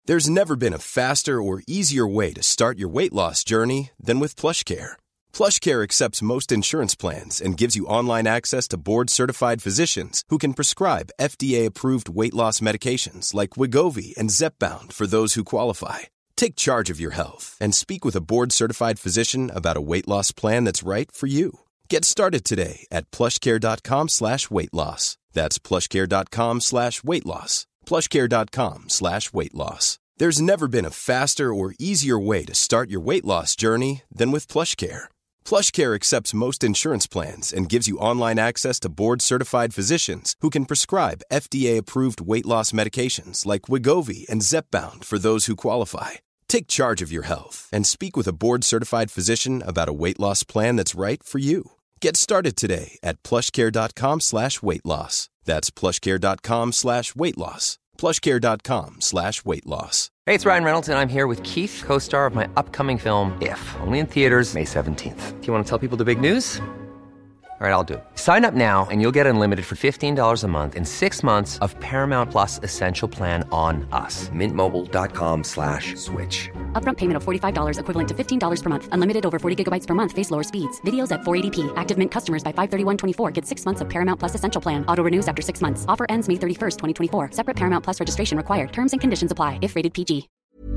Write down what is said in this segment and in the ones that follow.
There's never been a faster or easier way to start your weight loss journey than with PlushCare. PlushCare accepts most insurance plans and gives you online access to board-certified physicians who can prescribe FDA-approved weight loss medications like Wegovy and Zepbound for those who qualify. Take charge of your health and speak with a board-certified physician about a weight loss plan that's right for you. Get started today at plushcare.com/weight loss. That's plushcare.com/weight loss. plushcare.com/weight loss. There's never been a faster or easier way to start your weight loss journey than with PlushCare. PlushCare accepts most insurance plans and gives you online access to board-certified physicians who can prescribe FDA-approved weight loss medications like Wegovy and Zepbound for those who qualify. Take charge of your health and speak with a board-certified physician about a weight loss plan that's right for you. Get started today at plushcare.com/weight loss. That's plushcare.com/weight loss. plushcare.com/weight loss. Hey, it's Ryan Reynolds, and I'm here with Keith, co-star of my upcoming film, If, only in theaters May 17th. Do you want to tell people the big news? All right, I'll do it. Sign up now and you'll get unlimited for $15 a month and 6 months of Paramount Plus Essential Plan on us. MintMobile.com/switch. Upfront payment of $45 equivalent to $15 per month. Unlimited over 40 gigabytes per month. Face lower speeds. Videos at 480p. Active Mint customers by 531.24 get 6 months of Paramount Plus Essential Plan. Auto renews after 6 months. Offer ends May 31st, 2024. Separate Paramount Plus registration required. Terms and conditions apply if rated PG.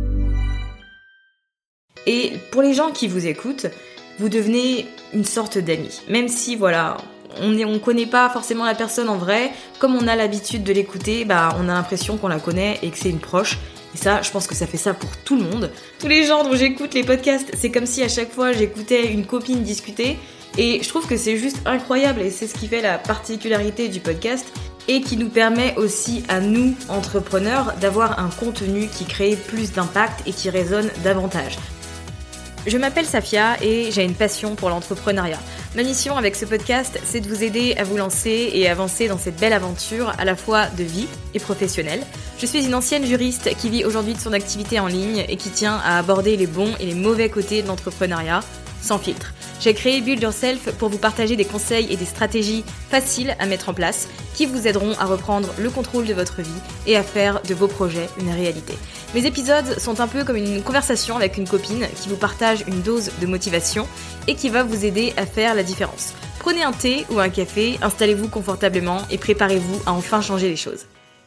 Et pour les gens qui vous écoutent, vous devenez une sorte d'ami. Même si, voilà, on connaît pas forcément la personne en vrai, comme on a l'habitude de l'écouter, on a l'impression qu'on la connaît et que c'est une proche. Et ça, je pense que ça fait ça pour tout le monde. Tous les gens dont j'écoute les podcasts, c'est comme si à chaque fois j'écoutais une copine discuter. Et je trouve que c'est juste incroyable et c'est ce qui fait la particularité du podcast et qui nous permet aussi à nous, entrepreneurs, d'avoir un contenu qui crée plus d'impact et qui résonne davantage. Je m'appelle Safia et j'ai une passion pour l'entrepreneuriat. Ma mission avec ce podcast, c'est de vous aider à vous lancer et avancer dans cette belle aventure à la fois de vie et professionnelle. Je suis une ancienne juriste qui vit aujourd'hui de son activité en ligne et qui tient à aborder les bons et les mauvais côtés de l'entrepreneuriat sans filtre. J'ai créé Build Yourself pour vous partager des conseils et des stratégies faciles à mettre en place qui vous aideront à reprendre le contrôle de votre vie et à faire de vos projets une réalité. Mes épisodes sont un peu comme une conversation avec une copine qui vous partage une dose de motivation et qui va vous aider à faire la différence. Prenez un thé ou un café, installez-vous confortablement et préparez-vous à enfin changer les choses.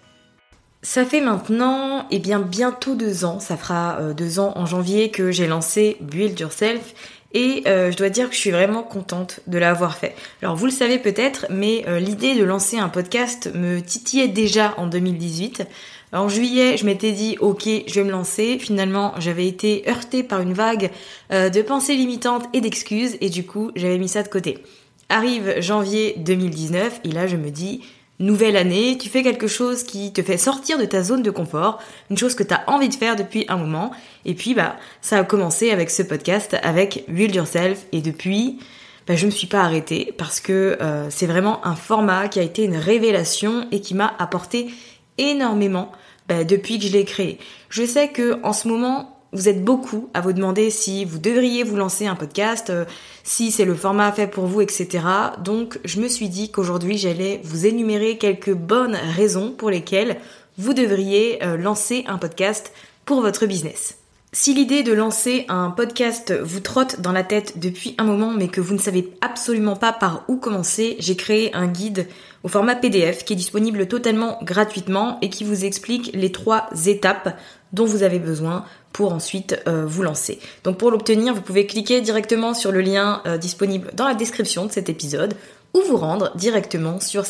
Ça fait maintenant, bientôt 2 ans, ça fera 2 ans en janvier que j'ai lancé Build Yourself. Et je dois dire que je suis vraiment contente de l'avoir fait. Alors vous le savez peut-être, mais l'idée de lancer un podcast me titillait déjà en 2018. En juillet, je m'étais dit ok, je vais me lancer. Finalement, j'avais été heurtée par une vague de pensées limitantes et d'excuses et du coup, j'avais mis ça de côté. Arrive janvier 2019 et là je me dis nouvelle année, tu fais quelque chose qui te fait sortir de ta zone de confort, une chose que tu as envie de faire depuis un moment. Et puis ça a commencé avec ce podcast, avec Build Yourself. Et depuis, je me suis pas arrêtée parce que c'est vraiment un format qui a été une révélation et qui m'a apporté énormément depuis que je l'ai créé. Je sais que en ce moment, vous êtes beaucoup à vous demander si vous devriez vous lancer un podcast, si c'est le format fait pour vous, etc. Donc, je me suis dit qu'aujourd'hui, j'allais vous énumérer quelques bonnes raisons pour lesquelles vous devriez lancer un podcast pour votre business. Si l'idée de lancer un podcast vous trotte dans la tête depuis un moment mais que vous ne savez absolument pas par où commencer, j'ai créé un guide au format PDF qui est disponible totalement gratuitement et qui vous explique les 3 étapes dont vous avez besoin pour ensuite vous lancer. Donc pour l'obtenir, vous pouvez cliquer directement sur le lien disponible dans la description de cet épisode ou vous rendre directement sur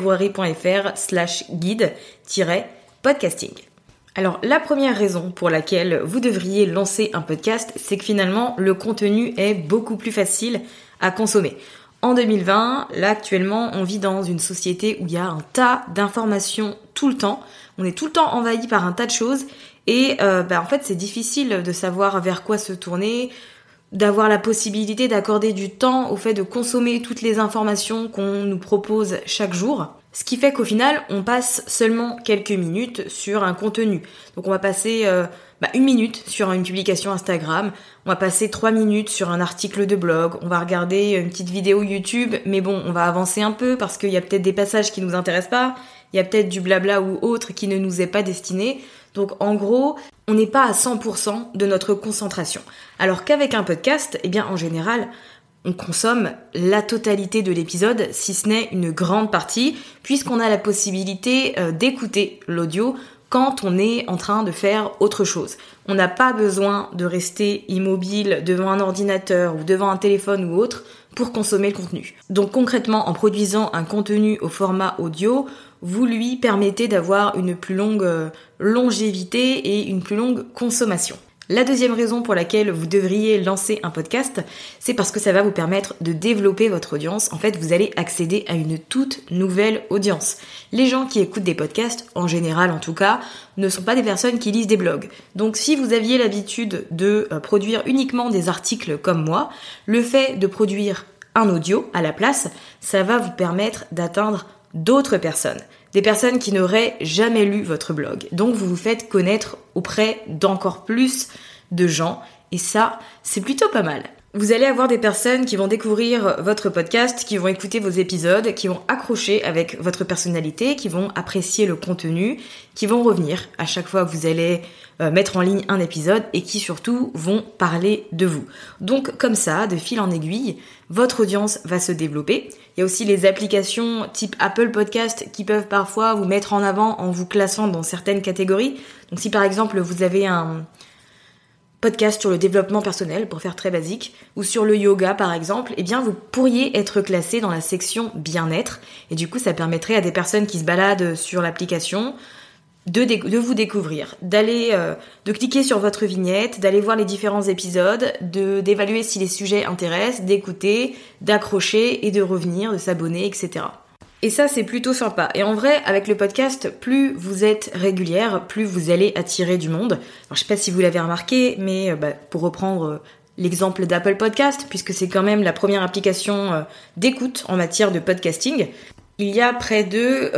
safiagourari.fr/guide-podcasting. Alors, la première raison pour laquelle vous devriez lancer un podcast, c'est que finalement, le contenu est beaucoup plus facile à consommer. En 2020, là, actuellement, on vit dans une société où il y a un tas d'informations tout le temps. On est tout le temps envahi par un tas de choses et en fait, c'est difficile de savoir vers quoi se tourner, d'avoir la possibilité d'accorder du temps au fait de consommer toutes les informations qu'on nous propose chaque jour. Ce qui fait qu'au final, on passe seulement quelques minutes sur un contenu. Donc on va passer 1 minute sur une publication Instagram, on va passer 3 minutes sur un article de blog, on va regarder une petite vidéo YouTube, mais bon, on va avancer un peu parce qu'il y a peut-être des passages qui nous intéressent pas, il y a peut-être du blabla ou autre qui ne nous est pas destiné. Donc en gros, on n'est pas à 100% de notre concentration. Alors qu'avec un podcast, eh bien en général, on consomme la totalité de l'épisode, si ce n'est une grande partie, puisqu'on a la possibilité d'écouter l'audio quand on est en train de faire autre chose. On n'a pas besoin de rester immobile devant un ordinateur ou devant un téléphone ou autre pour consommer le contenu. Donc concrètement, en produisant un contenu au format audio, vous lui permettez d'avoir une plus longue longévité et une plus longue consommation. La deuxième raison pour laquelle vous devriez lancer un podcast, c'est parce que ça va vous permettre de développer votre audience. En fait, vous allez accéder à une toute nouvelle audience. Les gens qui écoutent des podcasts, en général en tout cas, ne sont pas des personnes qui lisent des blogs. Donc si vous aviez l'habitude de produire uniquement des articles comme moi, le fait de produire un audio à la place, ça va vous permettre d'atteindre d'autres personnes. Des personnes qui n'auraient jamais lu votre blog. Donc vous vous faites connaître auprès d'encore plus de gens et ça, c'est plutôt pas mal. Vous allez avoir des personnes qui vont découvrir votre podcast, qui vont écouter vos épisodes, qui vont accrocher avec votre personnalité, qui vont apprécier le contenu, qui vont revenir à chaque fois que vous allez mettre en ligne un épisode et qui surtout vont parler de vous. Donc comme ça, de fil en aiguille, votre audience va se développer. Il y a aussi les applications type Apple Podcast qui peuvent parfois vous mettre en avant en vous classant dans certaines catégories. Donc si par exemple vous avez un podcast sur le développement personnel, pour faire très basique, ou sur le yoga par exemple, eh bien vous pourriez être classé dans la section bien-être. Et du coup, ça permettrait à des personnes qui se baladent sur l'application de vous découvrir, de cliquer sur votre vignette, d'aller voir les différents épisodes, d'évaluer si les sujets intéressent, d'écouter, d'accrocher et de revenir, de s'abonner, etc. Et ça, c'est plutôt sympa. Et en vrai, avec le podcast, plus vous êtes régulière, plus vous allez attirer du monde. Alors, je sais pas si vous l'avez remarqué, mais pour reprendre l'exemple d'Apple Podcast, puisque c'est quand même la première application d'écoute en matière de podcasting, il y a près de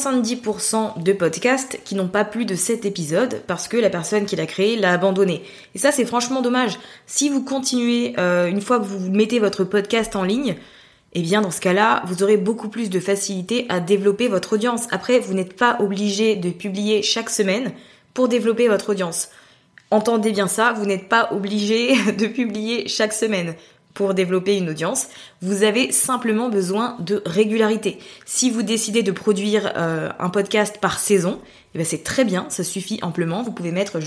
70% de podcasts qui n'ont pas plus de 7 épisodes parce que la personne qui l'a créé l'a abandonné. Et ça, c'est franchement dommage. Si vous continuez, une fois que vous mettez votre podcast en ligne, eh bien dans ce cas-là, vous aurez beaucoup plus de facilité à développer votre audience. Après, vous n'êtes pas obligé de publier chaque semaine pour développer votre audience. Entendez bien ça, vous n'êtes pas obligé de publier chaque semaine pour développer une audience. Vous avez simplement besoin de régularité. Si vous décidez de produire un podcast par saison, eh bien c'est très bien, ça suffit amplement. Vous pouvez mettre,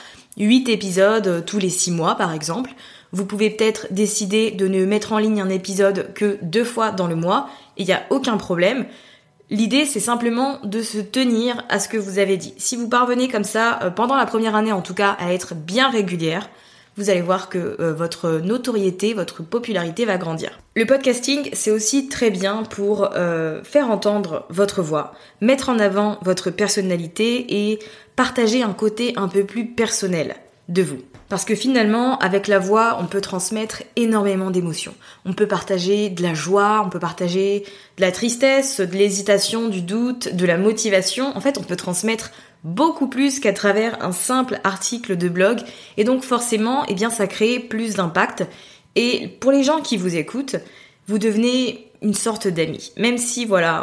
8 épisodes tous les 6 mois par exemple. Vous pouvez peut-être décider de ne mettre en ligne un épisode que 2 fois dans le mois, et il n'y a aucun problème. L'idée, c'est simplement de se tenir à ce que vous avez dit. Si vous parvenez comme ça, pendant la première année en tout cas, à être bien régulière, vous allez voir que votre notoriété, votre popularité va grandir. Le podcasting, c'est aussi très bien pour faire entendre votre voix, mettre en avant votre personnalité et partager un côté un peu plus personnel de vous. Parce que finalement, avec la voix, on peut transmettre énormément d'émotions. On peut partager de la joie, on peut partager de la tristesse, de l'hésitation, du doute, de la motivation. En fait, on peut transmettre beaucoup plus qu'à travers un simple article de blog. Et donc forcément, eh bien, ça crée plus d'impact. Et pour les gens qui vous écoutent, vous devenez une sorte d'amis. Même si,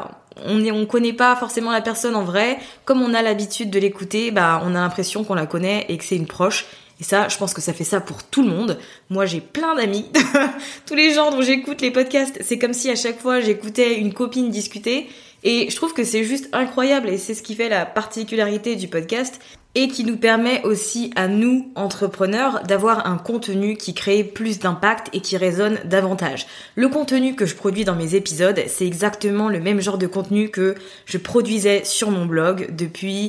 on connaît pas forcément la personne en vrai, comme on a l'habitude de l'écouter, on a l'impression qu'on la connaît et que c'est une proche. Et ça, je pense que ça fait ça pour tout le monde. Moi, j'ai plein d'amis. Tous les gens dont j'écoute les podcasts, c'est comme si à chaque fois j'écoutais une copine discuter. Et je trouve que c'est juste incroyable et c'est ce qui fait la particularité du podcast et qui nous permet aussi à nous, entrepreneurs, d'avoir un contenu qui crée plus d'impact et qui résonne davantage. Le contenu que je produis dans mes épisodes, c'est exactement le même genre de contenu que je produisais sur mon blog depuis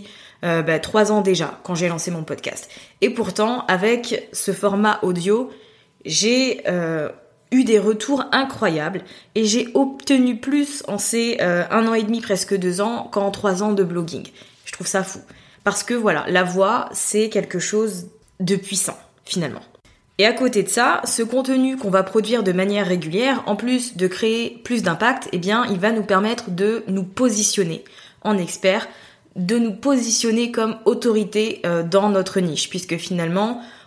3 ans déjà, quand j'ai lancé mon podcast. Et pourtant, avec ce format audio, j'ai eu des retours incroyables et j'ai obtenu plus en ces 1 an et demi, presque 2 ans, qu'en 3 ans de blogging. Je trouve ça fou. Parce que la voix, c'est quelque chose de puissant, finalement. Et à côté de ça, ce contenu qu'on va produire de manière régulière, en plus de créer plus d'impact, eh bien, il va nous permettre de nous positionner en experts, de nous positionner comme autorité dans notre niche, puisque finalement,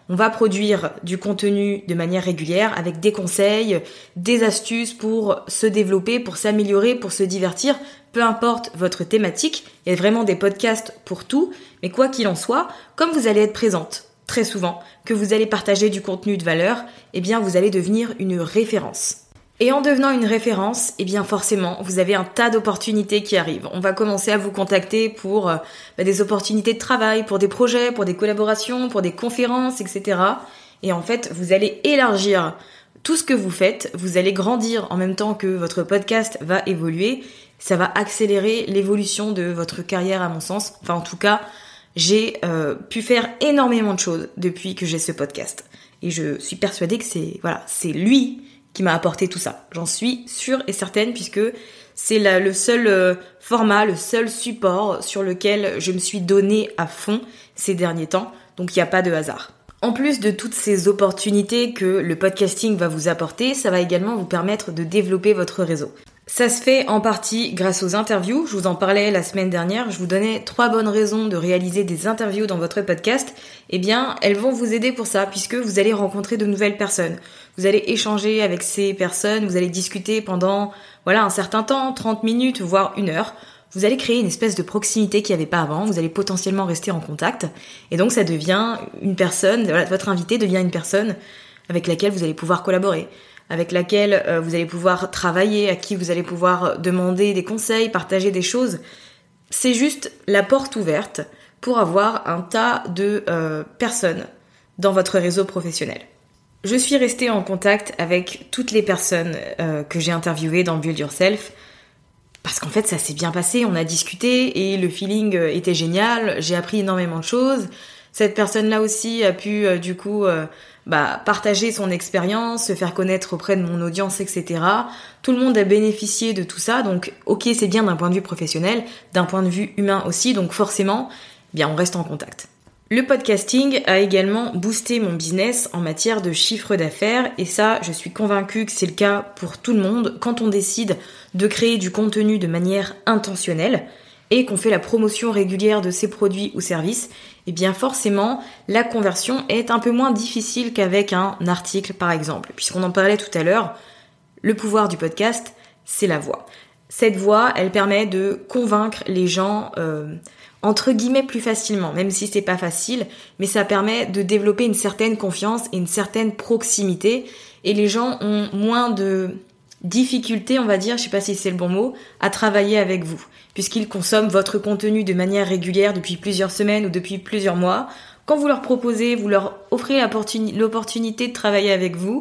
On va produire du contenu de manière régulière avec des conseils, des astuces pour se développer, pour s'améliorer, pour se divertir, peu importe votre thématique. Il y a vraiment des podcasts pour tout, mais quoi qu'il en soit, comme vous allez être présente très souvent, que vous allez partager du contenu de valeur, eh bien vous allez devenir une référence. Et en devenant une référence, eh bien forcément, vous avez un tas d'opportunités qui arrivent. On va commencer à vous contacter pour des opportunités de travail, pour des projets, pour des collaborations, pour des conférences, etc. Et en fait, vous allez élargir tout ce que vous faites, vous allez grandir en même temps que votre podcast va évoluer. Ça va accélérer l'évolution de votre carrière à mon sens. Enfin en tout cas, j'ai pu faire énormément de choses depuis que j'ai ce podcast. Et je suis persuadée que c'est lui qui m'a apporté tout ça. J'en suis sûre et certaine puisque c'est le seul format, le seul support sur lequel je me suis donnée à fond ces derniers temps. Donc il n'y a pas de hasard. En plus de toutes ces opportunités que le podcasting va vous apporter, ça va également vous permettre de développer votre réseau. Ça se fait en partie grâce aux interviews. Je vous en parlais la semaine dernière. Je vous donnais 3 bonnes raisons de réaliser des interviews dans votre podcast. Eh bien, elles vont vous aider pour ça puisque vous allez rencontrer de nouvelles personnes. Vous allez échanger avec ces personnes. Vous allez discuter pendant, un certain temps, 30 minutes, voire 1 heure. Vous allez créer une espèce de proximité qu'il n'y avait pas avant. Vous allez potentiellement rester en contact. Et donc, ça devient une personne, votre invité devient une personne avec laquelle vous allez pouvoir collaborer, avec laquelle vous allez pouvoir travailler, à qui vous allez pouvoir demander des conseils, partager des choses. C'est juste la porte ouverte pour avoir un tas de personnes dans votre réseau professionnel. Je suis restée en contact avec toutes les personnes que j'ai interviewées dans Build Yourself parce qu'en fait ça s'est bien passé, on a discuté et le feeling était génial, j'ai appris énormément de choses. Cette personne-là aussi a pu partager son expérience, se faire connaître auprès de mon audience, etc. Tout le monde a bénéficié de tout ça, donc ok, c'est bien d'un point de vue professionnel, d'un point de vue humain aussi, donc forcément, on reste en contact. Le podcasting a également boosté mon business en matière de chiffre d'affaires et ça, je suis convaincue que c'est le cas pour tout le monde quand on décide de créer du contenu de manière intentionnelle et qu'on fait la promotion régulière de ses produits ou services, eh bien forcément, la conversion est un peu moins difficile qu'avec un article par exemple. Puisqu'on en parlait tout à l'heure, le pouvoir du podcast, c'est la voix. Cette voix, elle permet de convaincre les gens entre guillemets plus facilement, même si c'est pas facile, mais ça permet de développer une certaine confiance et une certaine proximité et les gens ont moins de difficultés, on va dire, je sais pas si c'est le bon mot, à travailler avec vous, puisqu'ils consomment votre contenu de manière régulière depuis plusieurs semaines ou depuis plusieurs mois. Quand vous leur proposez, vous leur offrez l'opportunité de travailler avec vous,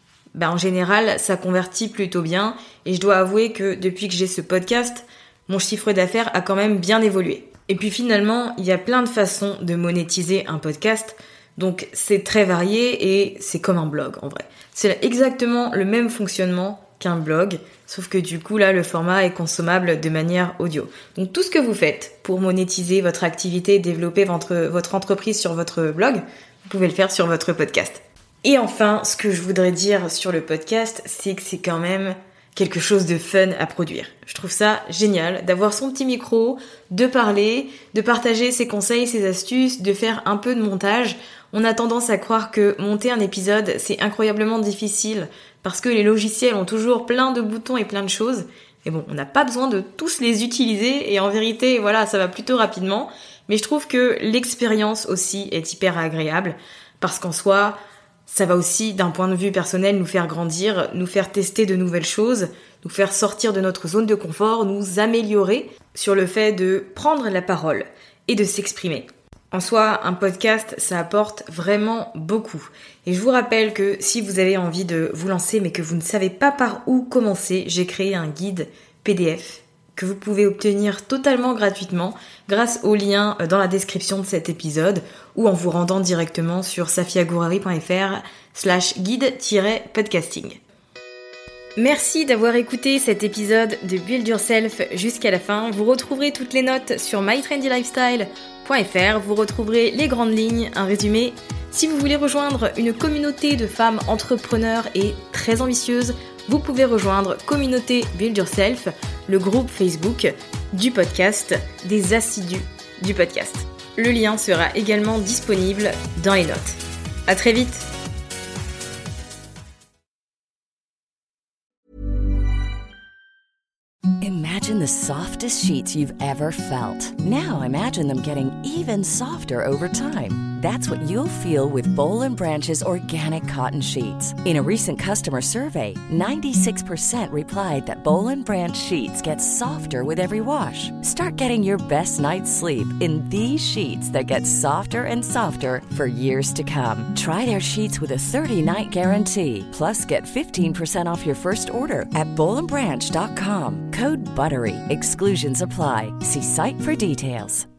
en général, ça convertit plutôt bien et je dois avouer que depuis que j'ai ce podcast, mon chiffre d'affaires a quand même bien évolué. Et puis finalement, il y a plein de façons de monétiser un podcast, donc c'est très varié et c'est comme un blog en vrai. C'est exactement le même fonctionnement qu'un blog, sauf que du coup là le format est consommable de manière audio. Donc tout ce que vous faites pour monétiser votre activité, développer votre entreprise sur votre blog, vous pouvez le faire sur votre podcast. Et enfin, ce que je voudrais dire sur le podcast, c'est que c'est quand même quelque chose de fun à produire. Je trouve ça génial d'avoir son petit micro, de parler, de partager ses conseils, ses astuces, de faire un peu de montage. On a tendance à croire que monter un épisode, c'est incroyablement difficile parce que les logiciels ont toujours plein de boutons et plein de choses. Et bon, on n'a pas besoin de tous les utiliser et en vérité, ça va plutôt rapidement. Mais je trouve que l'expérience aussi est hyper agréable parce qu'en soi, ça va aussi, d'un point de vue personnel, nous faire grandir, nous faire tester de nouvelles choses, nous faire sortir de notre zone de confort, nous améliorer sur le fait de prendre la parole et de s'exprimer. En soi, un podcast, ça apporte vraiment beaucoup. Et je vous rappelle que si vous avez envie de vous lancer mais que vous ne savez pas par où commencer, j'ai créé un guide PDF que vous pouvez obtenir totalement gratuitement grâce au lien dans la description de cet épisode ou en vous rendant directement sur safiagourari.fr/guide-podcasting. Merci d'avoir écouté cet épisode de Build Yourself jusqu'à la fin. Vous retrouverez toutes les notes sur mytrendylifestyle.fr. Vous retrouverez les grandes lignes, un résumé. Si vous voulez rejoindre une communauté de femmes entrepreneurs et très ambitieuses, vous pouvez rejoindre Communauté Build Yourself, le groupe Facebook du podcast, des assidus du podcast. Le lien sera également disponible dans les notes. À très vite. Imagine the softest sheets you've ever felt. Now imagine them getting even softer over time. That's what you'll feel with Boll & Branch's organic cotton sheets. In a recent customer survey, 96% replied that Boll & Branch sheets get softer with every wash. Start getting your best night's sleep in these sheets that get softer and softer for years to come. Try their sheets with a 30-night guarantee. Plus, get 15% off your first order at bollandbranch.com. Code BUTTERY. Exclusions apply. See site for details.